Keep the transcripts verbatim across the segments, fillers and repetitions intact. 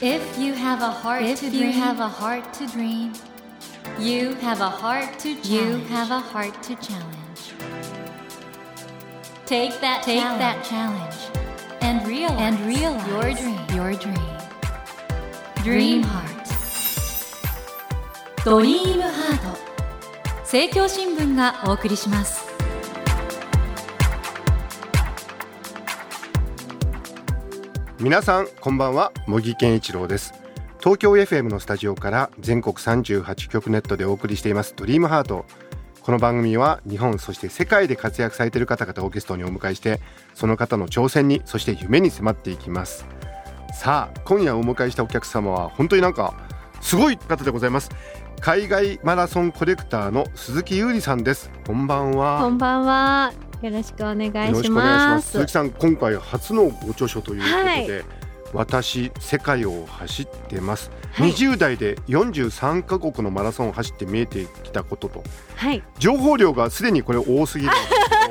If you have a heart If to you dream, have a heart to dream, you have a heart to challenge. you have a heart to challenge. Take that Take challenge that challenge and realize, and realize your dream. your dream. Dream Dream Heart. Heart. ドリームハート。政教新聞がお送りします。 皆さんこんばんは、茂木健一郎です。東京 エフエム のスタジオから全国さんじゅうはちきょくネットでお送りしていますドリームハート。この番組は日本そして世界で活躍されている方々をゲストにお迎えして、その方の挑戦にそして夢に迫っていきます。さあ今夜お迎えしたお客様は本当になんかすごい方でございます。海外マラソンコレクターの鈴木優里さんです。こんばんは。 こんばんは。よろしくお願いします。 よろしくお願いします。鈴木さん、今回初のご著書ということで、 はい、 私世界を走ってます、 はい、 にじゅう代でよんじゅうさんカ国のマラソンを走って見えてきたことと、 はい、 情報量がすでにこれ多すぎるんです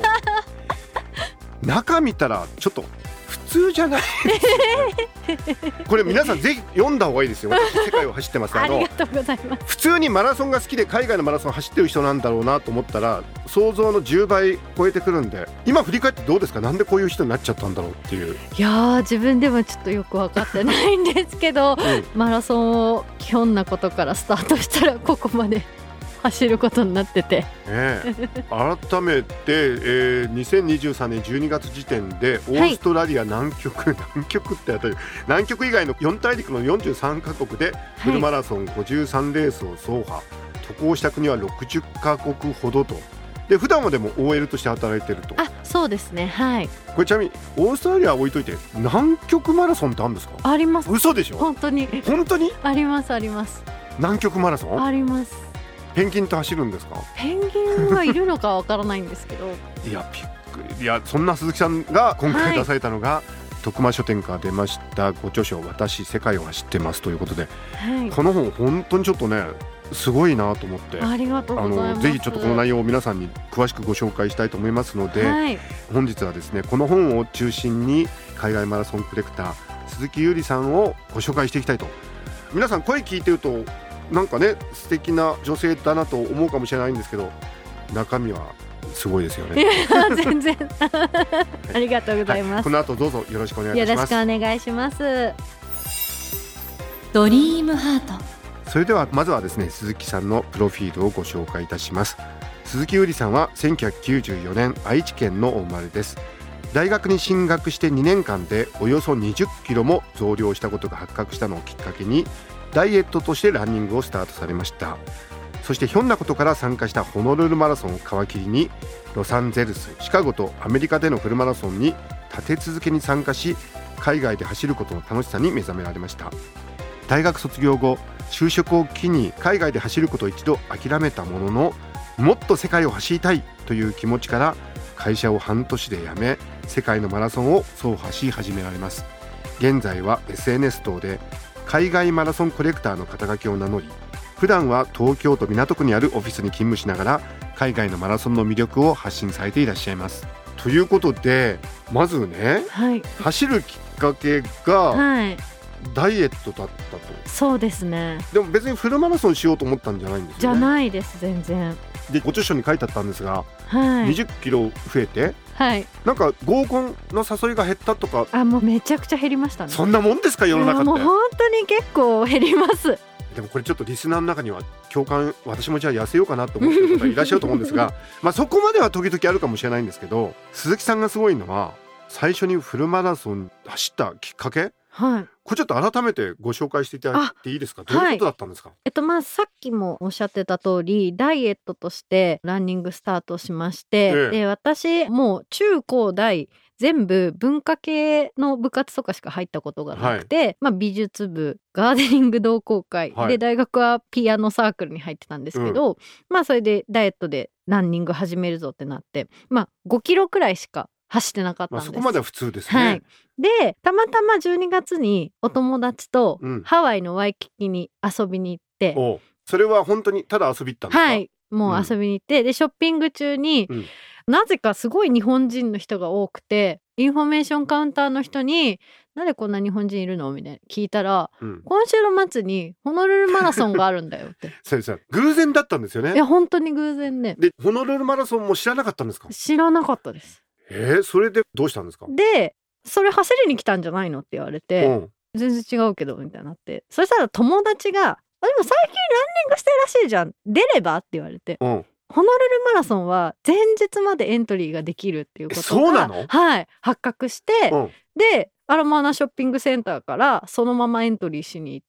けど中見たらちょっと普通じゃないですよねこれ皆さんぜひ読んだ方がいいですよ。私世界を走ってます。 ありがとうございます。 普通にマラソンが好きで海外のマラソンを走ってる人なんだろうなと思ったら想像のじゅうばい超えてくるんで、今振り返ってどうですか？なんでこういう人になっちゃったんだろうっていう。 いやー、自分でもちょっとよく分かってないんですけど、うん、マラソンをひょんなことからスタートしたらここまで走ることになってて、 ね、改めて、えー、にせんにじゅうさんねんじゅうにがつ時点でオーストラリア、南極、はい、南極ってあたり南極以外のよん大陸のよんじゅうさんカ国でフルマラソンごじゅうさんレースを走破、渡航した国はろくじゅっカ国ほどと。で普段はでも オーエル として働いてると。 あ、そうですね、はい。 これちなみにオーストラリアは置いといて南極マラソンってあるんですか？ あります。 嘘でしょ？ 本当に本当にありますあります。 南極マラソンあります。 ペンギンと走るんですか？ ペンギンはいるのかわからないんですけどいやびっくり。いやそんな鈴木さんが今回出されたのが、はい、徳間書店から出ましたご著書私世界を走ってますということで、はい、この本本当にちょっとねすごいなと思って、 ありがとうございます。 あのぜひちょっとこの内容を皆さんに詳しくご紹介したいと思いますので、はい、本日はですねこの本を中心に海外マラソンコレクター鈴木優里さんをご紹介していきたいと。皆さん声聞いてるとなんかね素敵な女性だなと思うかもしれないんですけど、中身はすごいですよね。 いや全然ありがとうございます、はい、 この後どうぞよろしくお願いします。 よろしくお願いします。 ドリームハート。 それではまずはですね鈴木さんのプロフィールをご紹介いたします。鈴木優里さんはせんきゅうひゃくきゅうじゅうよねん愛知県のお生まれです。大学に進学してにねんかんでおよそにじゅっキロも増量したことが発覚したのをきっかけにダイエットとしてランニングをスタートされました。そしてひょんなことから参加したホノルルマラソンを皮切りにロサンゼルス、シカゴとアメリカでのフルマラソンに立て続けに参加し、海外で走ることの楽しさに目覚められました。大学卒業後就職を機に海外で走ることを一度諦めたものの、もっと世界を走りたいという気持ちから会社を半年で辞め世界のマラソンを走破し始められます。現在は エスエヌエス 等で海外マラソンコレクターの肩書きを名乗り、普段は東京都港区にあるオフィスに勤務しながら海外のマラソンの魅力を発信されていらっしゃいます。ということでまずね、はい、走るきっかけが、はい、ダイエットだったと。 そうですね。 でも別にフルマラソンしようと思ったんじゃないんですよね。 じゃないです、全然。 でご著書に書いてあったんですが、 はい、 にじゅっキロ増えて、はい、なんか合コンの誘いが減ったとか。 あ、もうめちゃくちゃ減りましたね。 そんなもんですか世の中って。 もう本当に結構減ります。 でもこれちょっとリスナーの中には共感、私もじゃあ痩せようかなと思ってる方いらっしゃると思うんですがまあそこまでは時々あるかもしれないんですけど、鈴木さんがすごいのは最初にフルマラソン走ったきっかけ、はい、これちょっと改めてご紹介していただいていいですか？どういうことだったんですか？はい、 えっとまあさっきもおっしゃってた通りダイエットとしてランニングスタートしまして、ええ、で私もう中高大全部文化系の部活とかしか入ったことがなくて、はい、まあ、美術部、ガーデニング同好会、はい、で大学はピアノサークルに入ってたんですけど、うん、まあそれでダイエットでランニング始めるぞってなって、まあごキロくらいしか走ってなかったんです。 まあ、そこまでは普通ですね。 はい、でたまたまじゅうにがつにお友達とハワイのワイキキに遊びに行って、 うん、それは本当にただ遊び行ったんですか？ はい、もう遊びに行って、うん、でショッピング中に、うん、 なぜかすごい日本人の人が多くて、インフォメーションカウンターの人になんでこんな日本人いるのみたいな聞いたら、うん、今週の末にホノルルマラソンがあるんだよってそれさ偶然だったんですよね。 いや本当に偶然ね。 でホノルルマラソンも知らなかったんですか？ 知らなかったです。 えー、それでどうしたんですか？ でそれ走りに来たんじゃないのって言われて、うん、全然違うけどみたいになって、そしたら友達があでも最近ランニングしてるらしいじゃん、出ればって言われて、うん、ホノルルマラソンは前日までエントリーができるっていうことがそうなの？ はい発覚して、うん、でアラモアナショッピングセンターからそのままエントリーしに行って、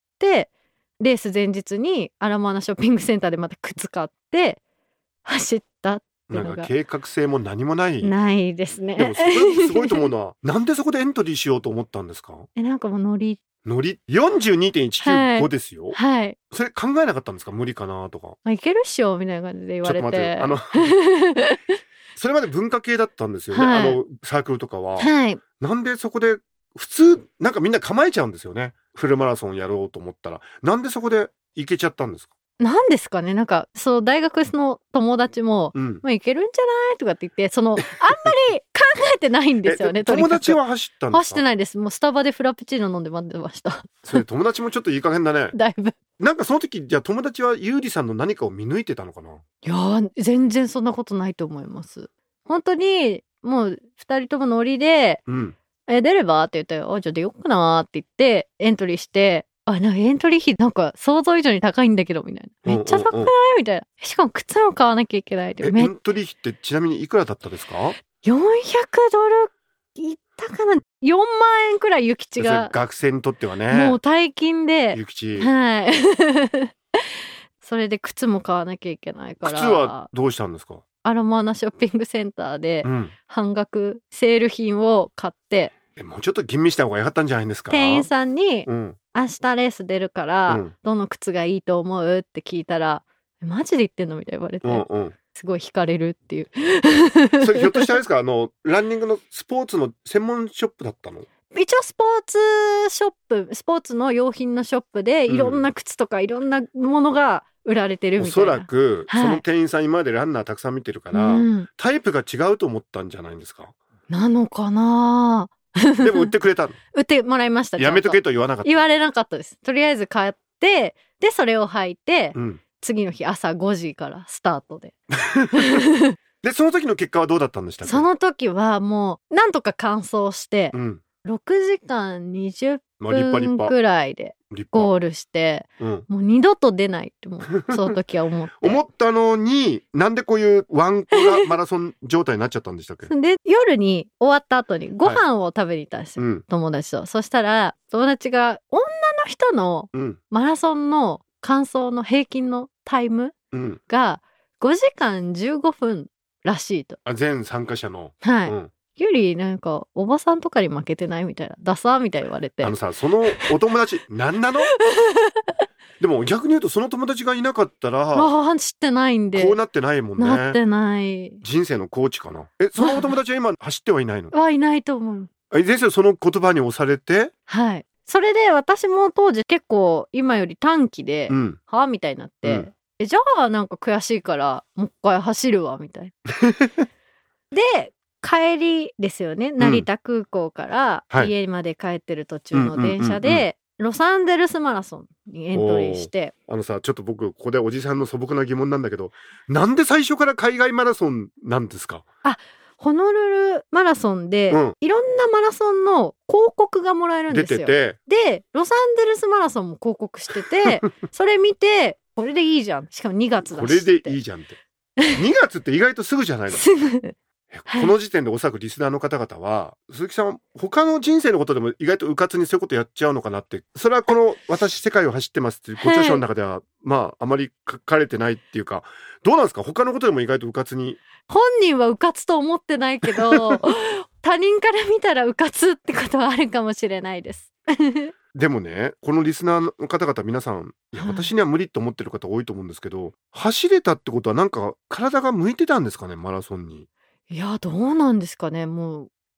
レース前日にアラモアナショッピングセンターでまた靴買って走ったっていうのが、 なんか計画性も何もないないですね。 でもそれすごいと思うのはなんでそこでエントリーしようと思ったんですか？ えなんかもうノリノリ よんじゅうにてんいちきゅうご ですよ、 はい、はい、 それ考えなかったんですか？無理かなとか、 あいけるっしょみたいな感じで言われて、ちょっと待ってあのそれまで文化系だったんですよね、はい、あのサークルとかは、 はい、 なんでそこで普通なんかみんな構えちゃうんですよね。フルマラソンやろうと思ったらなんでそこで行けちゃったんですか？ なんですかね、なんかそう大学の友達も、うん、まあ、いけるんじゃないとかって言ってそのあんまり考えてないんですよね友達は走ったんですか？ 走ってないです。もうスタバでフラペチーノ飲んで待ってましたそれ友達もちょっといい加減だねだいぶ。 なんかその時じゃあ友達はゆうりさんの何かを見抜いてたのかな？いやー全然そんなことないと思います。本当にもうふたりともノリで、うん、え出ればって言ったらあじゃあ出ようかなって言ってエントリーして、あなんかエントリー費なんか想像以上に高いんだけどみたいな、めっちゃ高くないみたいな、しかも靴も買わなきゃいけないって。 えエントリー費ってちなみにいくらだったですか？ よんひゃくドルいったかな。よんまんえんくらいゆきちが学生にとってはねもう大金でゆきちはいそれで靴も買わなきゃいけないから。 靴はどうしたんですか？ アロマアナショッピングセンターで半額セール品を買って、 うん、えもうちょっと吟味した方が良かったんじゃないですか？ 店員さんに、うん、明日レース出るから、うん、どの靴がいいと思うって聞いたらマジで言ってんのみたいに言われて、うんうん、すごい惹かれるっていうそれひょっとしてあれですかあのランニングのスポーツの専門ショップだったの？ 一応スポーツショップスポーツの用品のショップでいろんな靴とかいろんなものが売られてるみたいな、 おそらく、はい、その店員さん今までランナーたくさん見てるから、うん、タイプが違うと思ったんじゃないんですか？ なのかなでも売ってくれたの？ 売ってもらいました。 やめとけと言わなかった？ 言われなかったです。とりあえず買ってでそれを履いて、うん、次の日朝ごじからスタートででその時の結果はどうだったんでしたっけ？ その時はもうなんとか完走して、うん、ろくじかんにじゅっぷんくらいでゴールして、うん、もう二度と出ないってもうその時は思って思ったのになんでこういうワンコがマラソン状態になっちゃったんでしたっけ？ で夜に終わった後にご飯を食べに行ったんですよ、はい、友達と、うん、そしたら友達が女の人のマラソンの完走の平均のタイムがごじかんじゅうごふんらしいと。 あ全参加者のはい、うんよりなんかおばさんとかに負けてないみたいなダサーみたいに言われて、 あのさそのお友達何なのでも逆に言うとその友達がいなかったらあ知ってないんでこうなってないもんね。 なってない人生のコーチかな。えそのお友達は今走ってはいないの？ はいないと思う。 え先生その言葉に押されてはいそれで私も当時結構今より短期で、うん、はみたいになって、うん、えじゃあなんか悔しいからもう一回走るわみたいなで帰りですよね、うん、成田空港から家まで帰ってる途中の電車でロサンゼルスマラソンにエントリーして、 あのさちょっと僕ここでおじさんの素朴な疑問なんだけどなんで最初から海外マラソンなんですか？ あホノルルマラソンで、うん、いろんなマラソンの広告がもらえるんですよ。出ててでロサンゼルスマラソンも広告しててそれ見てこれでいいじゃん、しかもにがつだしこれでいいじゃんってにがつって意外とすぐじゃないのすぐこの時点でおそらくリスナーの方々は鈴木さんは他の人生のことでも意外とうかつにそういうことやっちゃうのかなって、それはこの私世界を走ってますっていうご著書の中では、はい、まああまり書かれてないっていうかどうなんですか？他のことでも意外とうかつに。 本人はうかつと思ってないけど他人から見たらうかつってことはあるかもしれないですでもねこのリスナーの方々皆さんいや私には無理と思ってる方多いと思うんですけど、走れたってことはなんか体が向いてたんですかねマラソンに。 いやどうなんですかね。もう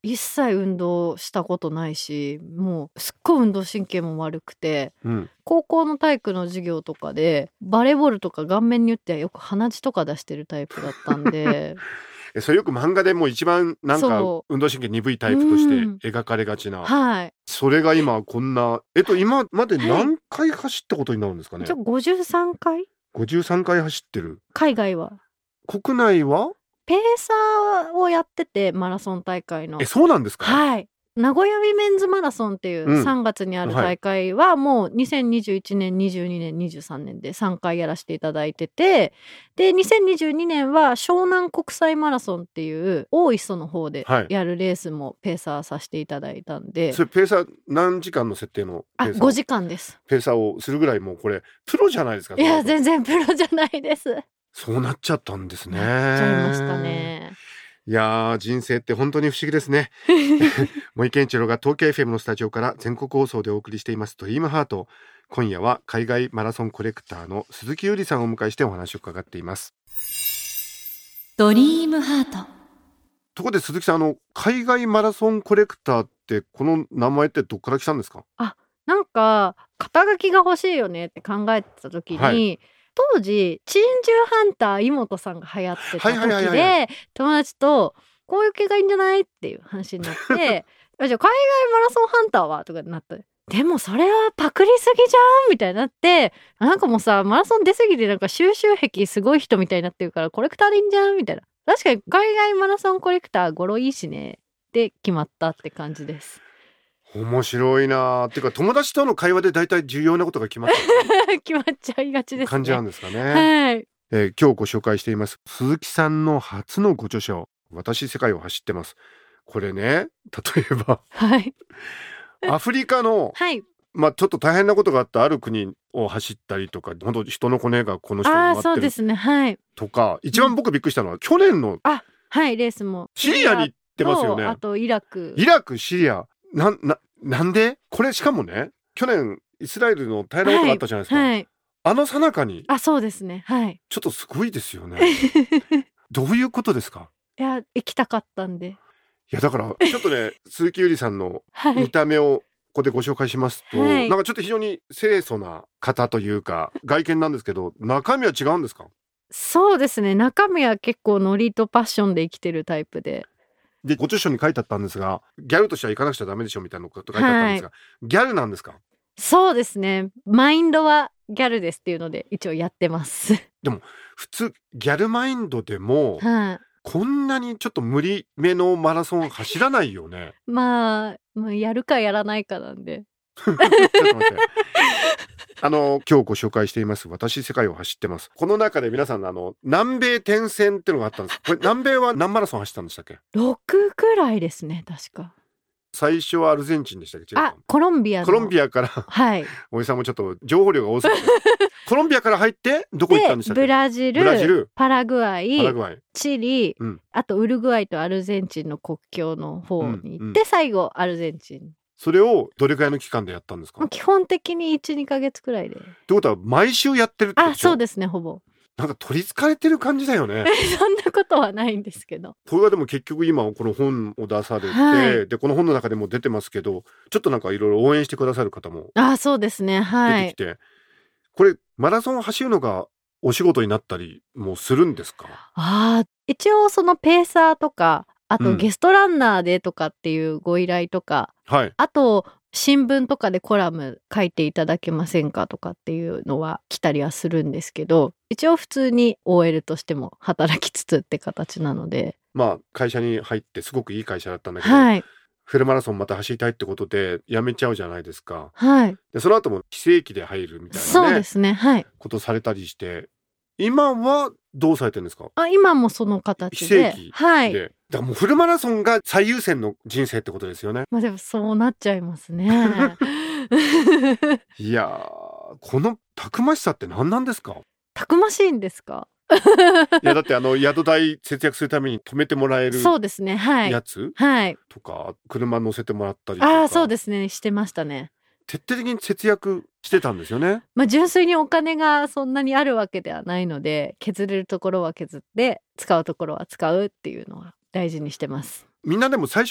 一切運動したことないし、もうすっごい運動神経も悪くて、うん、高校の体育の授業とかでバレーボールとか顔面に打ってはよく鼻血とか出してるタイプだったんでそれよく漫画でも一番なんか運動神経鈍いタイプとして描かれがちな、うん、はい、それが今こんなえっと今まで何回走ったことになるんですかね。 じゃあごじゅうさんかいごじゅうさんかい走ってる。 海外は？ 国内はペーサーをやってて、マラソン大会の。 え、そうなんですか？ はい。名古屋ウィメンズマラソンっていうさんがつにある大会はもうにせんにじゅういちねん、にじゅうにねん、にじゅうさんねんでさんかいやらせていただいてて、でにせんにじゅうにねんは湘南国際マラソンっていう大磯の方でやるレースもペーサーさせていただいたんで、はい、 それペーサー何時間の設定のペーサー？あ、 ごじかんです。 ペーサーをするぐらいもうこれプロじゃないですか？ いや全然プロじゃないです。 そうなっちゃったんですね。 なっちゃいましたね。 いやー、人生って本当に不思議ですね森健一郎が東京 エフエム のスタジオから全国放送でお送りしていますドリームハート。今夜は海外マラソンコレクターの鈴木優里さんをお迎えしてお話を伺っています。 ドリームハート。 ところで鈴木さん、あの海外マラソンコレクターってこの名前ってどっから来たんですか？ あ、なんか肩書きが欲しいよねって考えてた時に、はい、当時珍獣ハンター井本さんが流行ってた時で、友達とこういう系がいいんじゃないっていう話になってじゃあ海外マラソンハンターはとかになった。でもそれはパクりすぎじゃんみたいになって、なんかもうさマラソン出すぎてなんか収集癖すごい人みたいになってるからコレクターでいいんじゃんみたいな。確かに海外マラソンコレクター語呂いいしねで決まったって感じです。 面白いな。っていうか友達との会話で大体重要なことが決まっちゃう決まっちゃいがちですね。 感じなんですかね。 はい。 えー、今日ご紹介しています鈴木さんの初のご著書、私世界を走ってます。これね、例えば、はい、アフリカの、はい、まあちょっと大変なことがあったある国を走ったりとか、本当人の骨がこの人に待ってる、あ、そうですね、はい、とか、一番僕びっくりしたのは、うん、去年のあ、はい、レースもシリアに行ってますよね。 あとイラクイラクシリアな、な、なんでこれしかもね、去年イスラエルの大変なことがあったじゃないですか、はいはい、あの最中に。 あ、そうですね、はい、 ちょっとすごいですよねどういうことですか？ いや、行きたかったんで。いやだからちょっとね鈴木優里さんの見た目をここでご紹介しますと、はい、なんかちょっと非常に清楚な方というか外見なんですけど、中身は違うんですか？ そうですね、中身は結構ノリとパッションで生きてるタイプで、 でご著書に書いてあったんですが、ギャルとしては行かなくちゃダメでしょみたいなこと書いてあったんですが、はい、ギャルなんですか？そうですね、マインドはギャルですっていうので一応やってますでも普通ギャルマインドでも、はい、こんなにちょっと無理めのマラソン走らないよねまあ、まあ、やるかやらないかなんでちょっと待ってあの今日ご紹介しています私世界を走ってます。この中で皆さんのあの南米転戦っていうのがあったんです。これ南米は何マラソン走ったんでしたっけ？ ろくくらいですね、確か。 最初はアルゼンチンでしたっけ？ あ、コロンビアのコロンビアからはいおじさんもちょっと情報量が多すぎてコロンビアから入ってどこ行ったんでしたっけ？ ブラジル、ブラジルパラグアイ、 パラグアイチリ、うん、あとウルグアイとアルゼンチンの国境の方に行って、うんうん、最後アルゼンチン。 それをどれくらいの期間でやったんですか？ 基本的に いち、にかげつくらいで。ってことは毎週やってるってことでしょ？ あ、そうですね、ほぼ。 なんか取りつかれてる感じだよねそんなことはないんですけど。 これはでも結局今この本を出されて、はい、でこの本の中でも出てますけど、ちょっとなんかいろいろ応援してくださる方もあ、そうですね、はい、 出てきて、これマラソンを走るのがお仕事になったりもするんですか？ あ、一応そのペーサーとか、あとゲストランナーでとかっていうご依頼とか、うん、はい、あと新聞とかでコラム書いていただけませんかとかっていうのは来たりはするんですけど、一応普通に オーエル としても働きつつって形なので、 まあ会社に入ってすごくいい会社だったんだけど、はい、フルマラソンまた走りたいってことで辞めちゃうじゃないですか、はい、でその後も非正規で入るみたいなね、 そうですね、はい、 ことされたりして、今はどうされてるんですか？ あ、今もその形で非正規で、はい、だからもうフルマラソンが最優先の人生ってことですよね。 まあでもそうなっちゃいますねいやー、このたくましさって何なんですか？ たくましいんですか？ いやだってあの宿代節約するために止めてもらえるそうですね、はい、 やつ、 はい、 とか車乗せてもらったりとか、 あ、そうですね、してましたね。 徹底的に節約してたんですよね。 まあ純粋にお金がそんなにあるわけではないので、削れるところは削って使うところは使うっていうのは大事にしてます。 みんなでも最初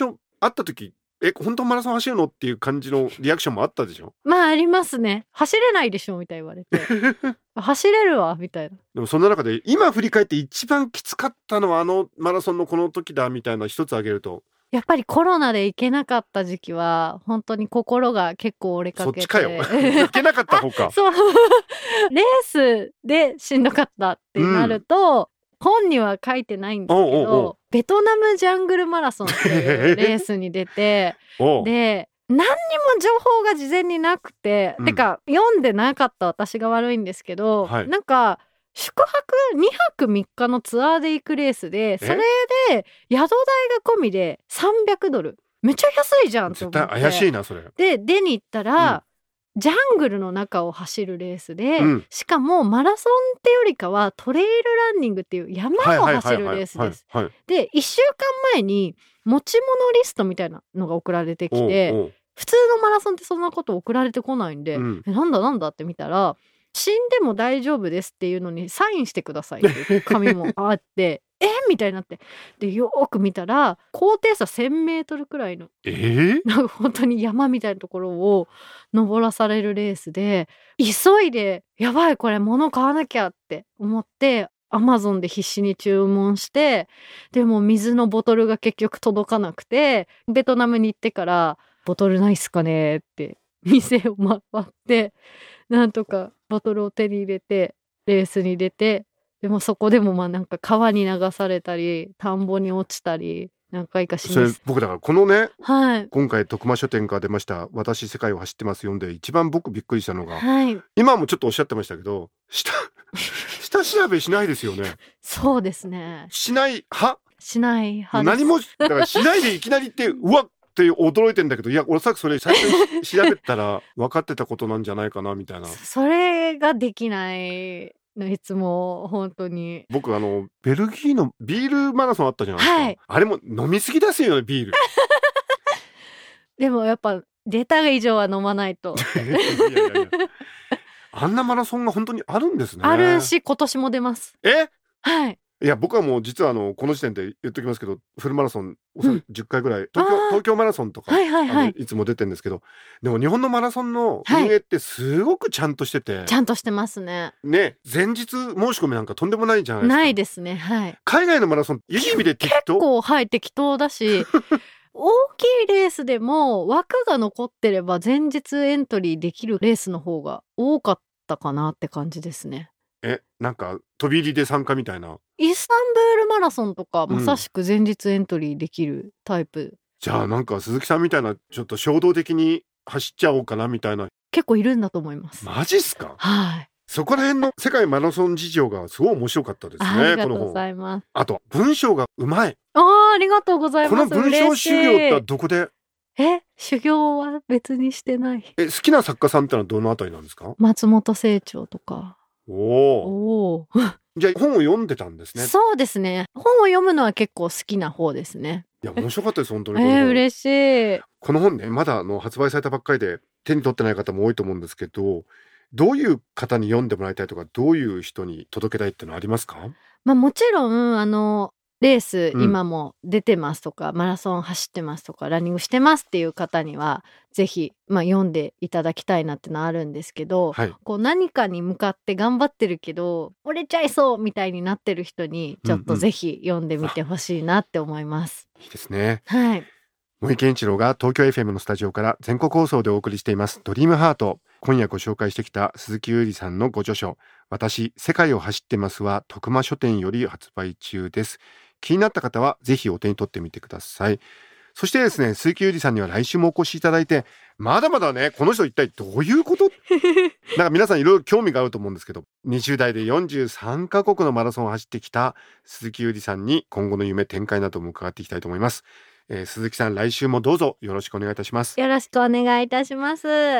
会った時え本当マラソン走るのっていう感じのリアクションもあったでしょ。 まあありますね。走れないでしょみたいに言われて走れるわみたいな。 でもそんな中で今振り返って一番きつかったのはあのマラソンのこの時だみたいな一つ挙げると、 やっぱりコロナで行けなかった時期は本当に心が結構折れかけて。 そっちかよ行けなかった方かそうレースでしんどかったってなると、うん、本には書いてないんですけど、おうおうおうベトナムジャングルマラソンっていうレースに出てで何にも情報が事前になくて、うん、てか読んでなかった私が悪いんですけど、はい、なんか宿泊にはくみっかのツアーで行くレースで、それで宿代が込みでさんびゃくドル、めっちゃ安いじゃんと思って、 絶対怪しいなそれで出に行ったら、うん、ジャングルの中を走るレースで、うん、しかもマラソンってよりかはトレイルランニングっていう山を走るレースです。でいっしゅうかんまえに持ち物リストみたいなのが送られてきて、おうおう普通のマラソンってそんなこと送られてこないんで、うん、えなんだなんだって見たら死んでも大丈夫ですっていうのにサインしてくださいっていう紙もあってえみたいになって、でよーく見たら高低差せんメートルくらいの、 えー、 なんか本当に山みたいなところを登らされるレースで、急いでやばいこれ物買わなきゃって思ってアマゾンで必死に注文して、でも水のボトルが結局届かなくて、ベトナムに行ってからボトルないっすかねって店を回ってなんとかボトルを手に入れてレースに出て、でもそこでもまあなんか川に流されたり田んぼに落ちたり何回かします。 それ僕だからこのね、 はい、 今回徳間書店から出ました私世界を走ってます読んで一番僕びっくりしたのが、 はい、 今もちょっとおっしゃってましたけど下下調べしないですよね。 そうですね、 しない派しない派です。 何もだからしないでいきなりってうわっって驚いてんだけど、いや俺さっきそれ最初に調べたら分かってたことなんじゃないかなみたいなそれができないのいつも本当に。 僕あのベルギーのビールマラソンあったじゃないですか、 はい、 あれも飲みすぎですよねビールでもやっぱ出た以上は飲まないといやいやいやあんなマラソンが本当にあるんですね。 あるし今年も出ます。 えはい、 いや僕はもう実はあのこの時点で言っておきますけどフルマラソンじゅっかいぐらい、うん、東京、東京マラソンとか、はいはいはい、あのいつも出てるんですけど、でも日本のマラソンの運営ってすごくちゃんとしてて、はい、 ちゃんとしてますね。 ね前日申し込みなんかとんでもないじゃないですか。 ないですね、はい、 海外のマラソンいい意味で適当、 結構はい適当だし大きいレースでも枠が残ってれば前日エントリーできるレースの方が多かったかなって感じですね。 えなんか飛び入りで参加みたいな。 イスタンブールマラソンとかまさしく前日エントリーできるタイプ、うん、 じゃあなんか鈴木さんみたいなちょっと衝動的に走っちゃおうかなみたいな結構いるんだと思います。 マジっすか。 はい、 そこら辺の世界マラソン事情がすごい面白かったですね。 ありがとうございます。 あと文章がうまい。 あーありがとうございます。 この文章修行ってどこで。 え修行は別にしてない。 え好きな作家さんってのはどのあたりなんですか。 松本清張とか。 おおじゃあ本を読んでたんですね。 そうですね、本を読むのは結構好きな方ですね。 いや面白かったです本当に。 えー、嬉しい。 この本ねまだあの発売されたばっかりで手に取ってない方も多いと思うんですけど、どういう方に読んでもらいたいとかどういう人に届けたいってのはありますか。 まあ、もちろんあのレース今も出てますとか、うん、マラソン走ってますとかランニングしてますっていう方にはぜひ、まあ、読んでいただきたいなってのはあるんですけど、はい、こう何かに向かって頑張ってるけど折れちゃいそうみたいになってる人にちょっとぜひ読んでみてほしいなって思います、 うんうん、いいですね。 はい、 森健一郎が東京 エフエム のスタジオから全国放送でお送りしていますドリームハート。今夜ご紹介してきた鈴木優里さんのご著書私世界を走ってますは徳間書店より発売中です。気になった方はぜひお手に取ってみてください。そしてですね鈴木優里さんには来週もお越しいただいて、まだまだねこの人一体どういうことなんか皆さんいろいろ興味があると思うんですけど、にじゅう代でよんじゅうさんカ国のマラソンを走ってきた鈴木優里さんに今後の夢展開なども伺っていきたいと思います、えー、鈴木さん来週もどうぞよろしくお願いいたします。 よろしくお願いいたします。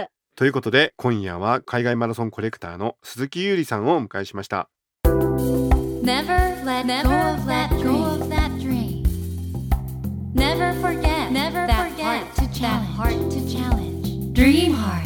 ということで今夜は海外マラソンコレクターの鈴木優里さんをお迎えしました。 Never let go of that dream. Never forget Never that forget heart to challenge. Dream Heart.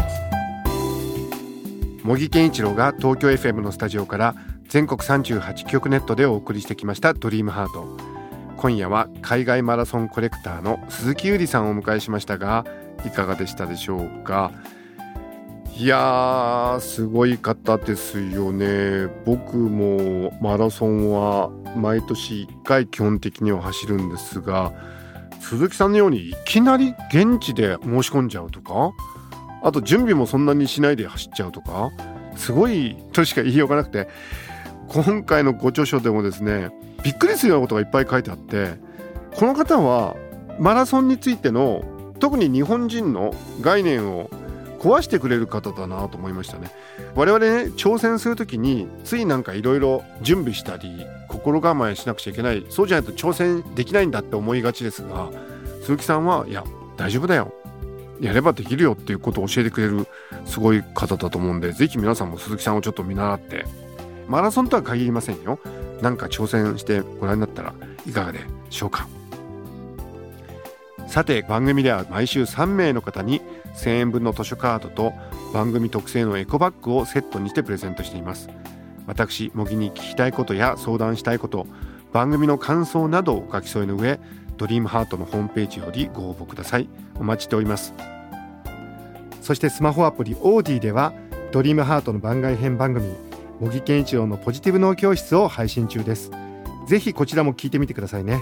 茂木健一郎が東京 エフエム のスタジオから全国さんじゅうはちきょくネットでお送りしてきましたドリームハート。 今夜は海外マラソンコレクターの鈴木ゆりさんをお迎えしましたが、いかがでしたでしょうか。いやー、すごい方ですよね。僕もマラソンは毎年いっかい基本的には走るんですが、鈴木さんのようにいきなり現地で申し込んじゃうとか、あと準備もそんなにしないで走っちゃうとか、すごいとしか言いようがなくて、今回のご著書でもですね、びっくりするようなことがいっぱい書いてあって、この方はマラソンについての特に日本人の概念を壊してくれる方だなと思いましたね。我々ね、挑戦するときについなんかいろいろ準備したり心構えしなくちゃいけない、そうじゃないと挑戦できないんだって思いがちですが、鈴木さんはいや大丈夫だよ、やればできるよっていうことを教えてくれるすごい方だと思うんで、ぜひ皆さんも鈴木さんをちょっと見習って、マラソンとは限りませんよ、なんか挑戦してご覧になったらいかがでしょうか。さて、番組では毎週さんめいの方にせんえんぶんの図書カードと番組特製のエコバッグをセットにしてプレゼントしています。私茂木に聞きたいことや相談したいこと、番組の感想などをお書き添えの上、ドリームハートのホームページよりご応募ください。お待ちしております。 そしてスマホアプリオーディではドリームハートの番外編番組茂木健一郎のポジティブ脳教室を配信中です。ぜひこちらも聞いてみてくださいね。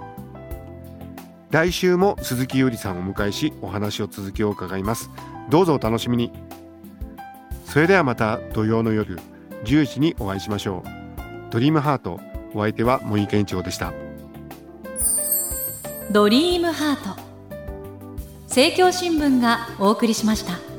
来週も鈴木ゆりさんをお迎えし、お話を続きを伺います。どうぞお楽しみに。それではまた土曜の夜じゅうじにお会いしましょう。ドリームハート、お相手は茂木健一郎でした。 ドリームハート、政教新聞がお送りしました。